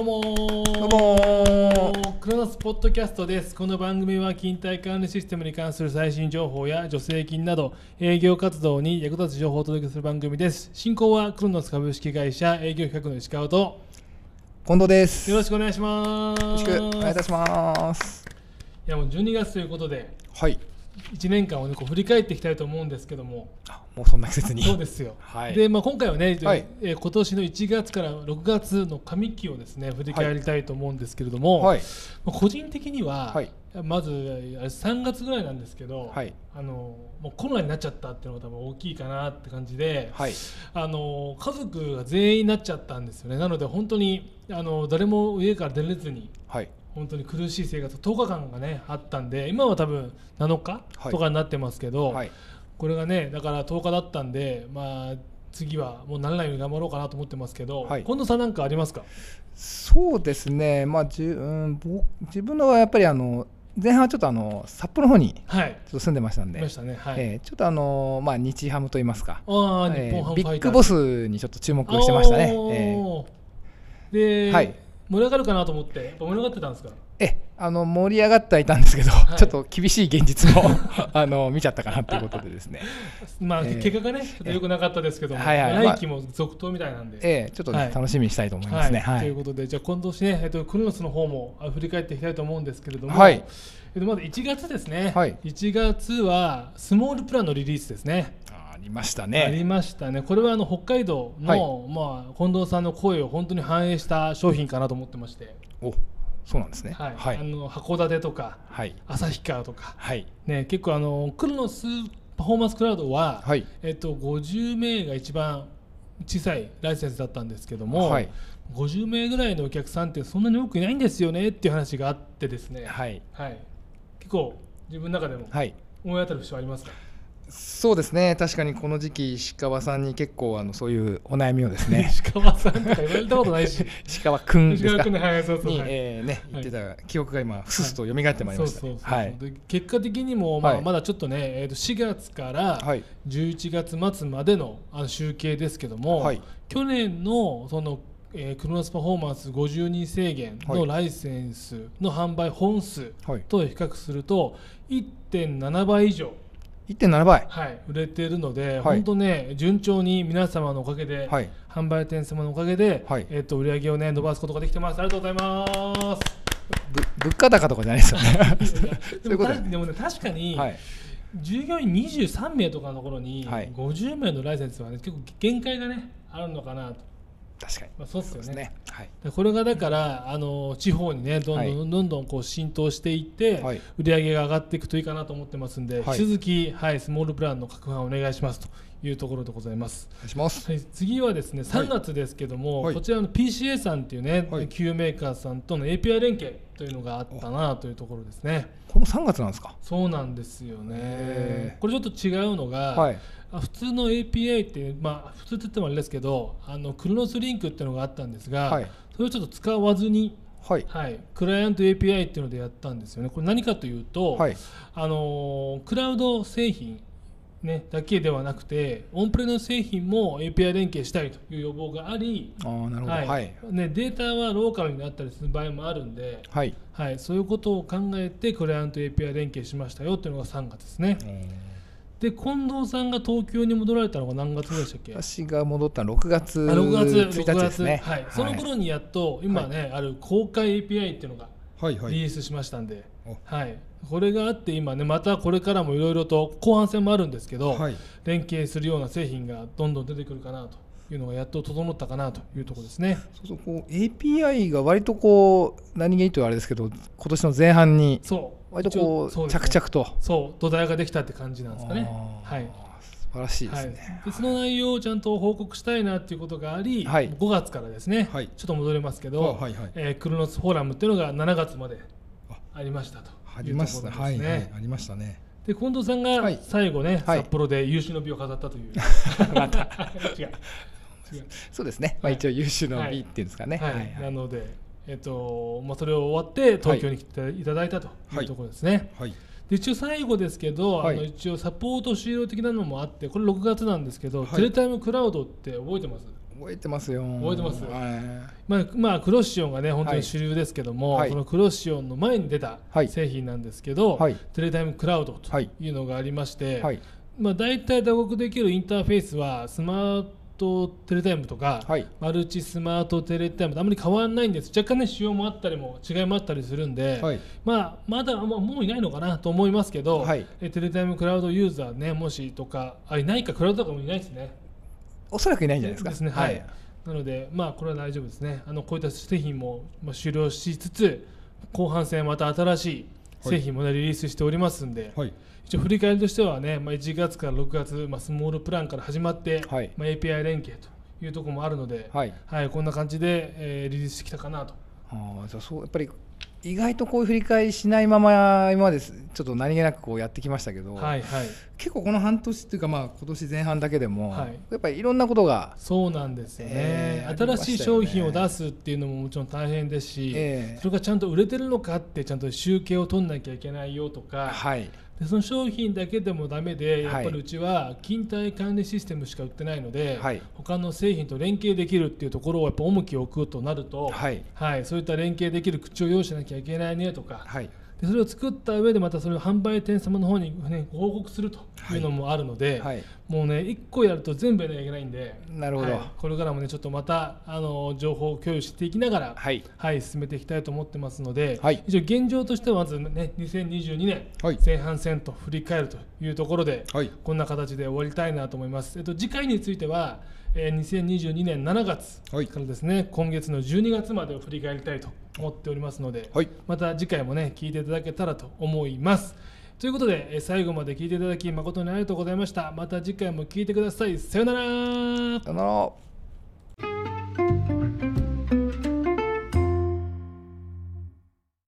どうもクロノスポッドキャストです。この番組は勤怠管理システムに関する最新情報や助成金など営業活動に役立つ情報をお届けする番組です。進行はクロノス株式会社営業企画の石川と近藤です。 よろしくお願いします。 よろしくお願いいたします。 いやもう12月ということで、 はい、 1年間を、ね、こう振り返っていきたいと思うんですけども、 もうそんな季節に。 そうですよ、 はい。 で、今回はね、 はい、 今年の1月から6月の上期をですね振り返りたいと思うんですけれども、 はい、 個人的には、 はい、 まず3月ぐらいなんですけど、 はい、 もうコロナになっちゃったっていうのが多分大きいかなって感じで、 はい、 家族が全員になっちゃったんですよね。なので本当に誰も家から出れずに、はい、本当に苦しい生活10日間がねあったんで、今は多分7日とかになってますけど、はい、これがねだから10日だったんで、まあ次はもうならないように頑張ろうかなと思ってますけど、はい、近藤さんなんかありますか？ そうですね、まあ自分のはやっぱり前半はちょっと札幌の方にちょっと住んでましたんで、はい、ちょっとまあ、日ハムといいますか、日本ハムファイターズビッグボスにちょっと注目してましたね。 で、はい、盛り上がるかなと思って盛り上がってたんですか？ 盛り上がってはいたんですけど、はい、ちょっと厳しい現実も見ちゃったかなということでですねまあ結果がねちょっと良くなかったですけども、来季も続投みたいなんで、 ちょっと、ね、楽しみにしたいと思いますね。 ということで、じゃあ今年ね、クロノスの方も振り返っていきたいと思うんですけれども、はい、まず1月ですね、はい、1月はスモールプランのリリースですね。 ありましたね。 ありましたね。これは北海道の、はい、まあ、近藤さんの声を本当に反映した商品かなと思ってまして、 そうなんですね。 はいはい、函館とか、はい、旭川とか、はいね、結構クロノスパフォーマンスクラウドは、はい50名が一番小さいライセンスだったんですけども、はい、50名ぐらいのお客さんってそんなに多くいないんですよねっていう話があってですね、はいはい、結構自分の中でも思い当たる節はありますか？ そうですね、確かにこの時期石川さんに結構そういうお悩みをですね石川さんとか言われたことないし石川くんですかに言ってた記憶が今ふすと蘇ってまいりました。 結果的にも、まだちょっとね4月から11月末までの集計ですけども、はい、去年のそのクロノスパフォーマンス50人制限のライセンスの販売本数と比較すると 1.7 倍以上 1.7 倍、 はい、売れているので、本当ね順調に皆様のおかげで、販売店様のおかげで、売り上げをね伸ばすことができてます。ありがとうございます。 物価高とかじゃないですよねでもね確かに、従業員23名とかの頃に、50名のライセンスはね結構限界がねあるのかなと。 確かに、 そうですよね。これがだから地方にねどんどんこう浸透していって、売り上げが上がっていくといいかなと思ってますんで、引き続き、スモールプランの拡販お願いしますというところでございます。 お願いします。 次はですね3月ですけども、こちらの PCA さんっていうね、給与メーカーさんとの API 連携というのがあったなというところですね。 この3月なんですか？そうなんですよね。これちょっと違うのが、普通の API って、普通って言ってもあれですけどクロノスリンクっていうのがあったんですが、それをちょっと使わずに、クライアント API っていうのでやったんですよね。これ何かというと、クラウド製品、ね、だけではなくてオンプレの製品も API 連携したいという要望があり、データはローカルになったりする場合もあるんで、そういうことを考えてクライアント API 連携しましたよというのが3月ですね。で近藤さんが東京に戻られたのが何月でしたっけ？ 私が戻ったのは6月1日ですね。 その頃にやっと今ね、ある公開 API っていうのがリリースしましたんで、これがあって今ねまたこれからもいろいろと後半戦もあるんですけど、連携するような製品がどんどん出てくるかなというのがやっと整ったかなというところですね。 こう API が割とこう何気にとあれですけど今年の前半に割とこう着々と土台ができたって感じなんですかね。 素晴らしいですね。 その内容をちゃんと報告したいなっていうことがあり、5月からですね、ちょっと戻れますけど、クロノスフォーラムっていうのが7月までありましたというところですね。 ありましたね。 で近藤さんが最後ね、札幌で有終の美を飾ったという違うそうですね、一応優秀の美っていうんですかね。 なので、それを終わって東京に来ていただいたというところですね。で一応最後ですけど、一応サポート終了的なのもあって、これ6月なんですけど、テレタイムクラウドって覚えてます？ 覚えてますよ。 覚えてます。まあクロッシオンがね本当に主流ですけども、そのクロッシオンの前に出た製品なんですけど、テレタイムクラウドというのがありまして、まあ大体打刻できるインターフェースはスマートテレタイムとか、マルチスマートテレタイムとあまり変わらないんです。若干ね仕様もあったりも違いもあったりするんで、まあまだもういないのかなと思いますけど、テレタイムクラウドユーザーねもしとかいないかクラウドとかもいないですね。 おそらくいないんじゃないですか。 ですね。はい。なのでまあこれは大丈夫ですね。こういった製品も終了しつつ後半戦また新しい製品も、ね、リリースしておりますんで、一応振り返りとしてはね、1月から6月、スモールプランから始まって、API 連携というところもあるので、こんな感じで、リリースしてきたかなと。 じゃあそうやっぱり意外とこういう振り返りしないまま今までちょっと何気なくこうやってきましたけど、結構この半年っていうか今年前半だけでも、やっぱりいろんなことがそうなんですよね、新しい商品を出すっていうのももちろん大変ですし、それがちゃんと売れてるのかってちゃんと集計を取んなきゃいけないよとか、でその商品だけでもダメでやっぱりうちは勤怠管理システムしか売ってないので、他の製品と連携できるっていうところをやっぱ重きを置くとなると、そういった連携できる口を用意しなきゃいけないねとか、でそれを作った上でまたそれを販売店様の方に、ね、報告するというのもあるので、もうね1個やると全部やらなきゃいけないんで、 なるほど、 これからもねちょっとまた情報を共有していきながら、進めていきたいと思ってますので、一応現状としてはまずね2022年前半戦と振り返るというところで、こんな形で終わりたいなと思います。次回については2022年7月からですね、今月の12月までを振り返りたいと思っておりますので、また次回もね聞いていただけたらと思います。ということで最後まで聞いていただき誠にありがとうございました。また次回も聞いてください。さよなら。 さよなら。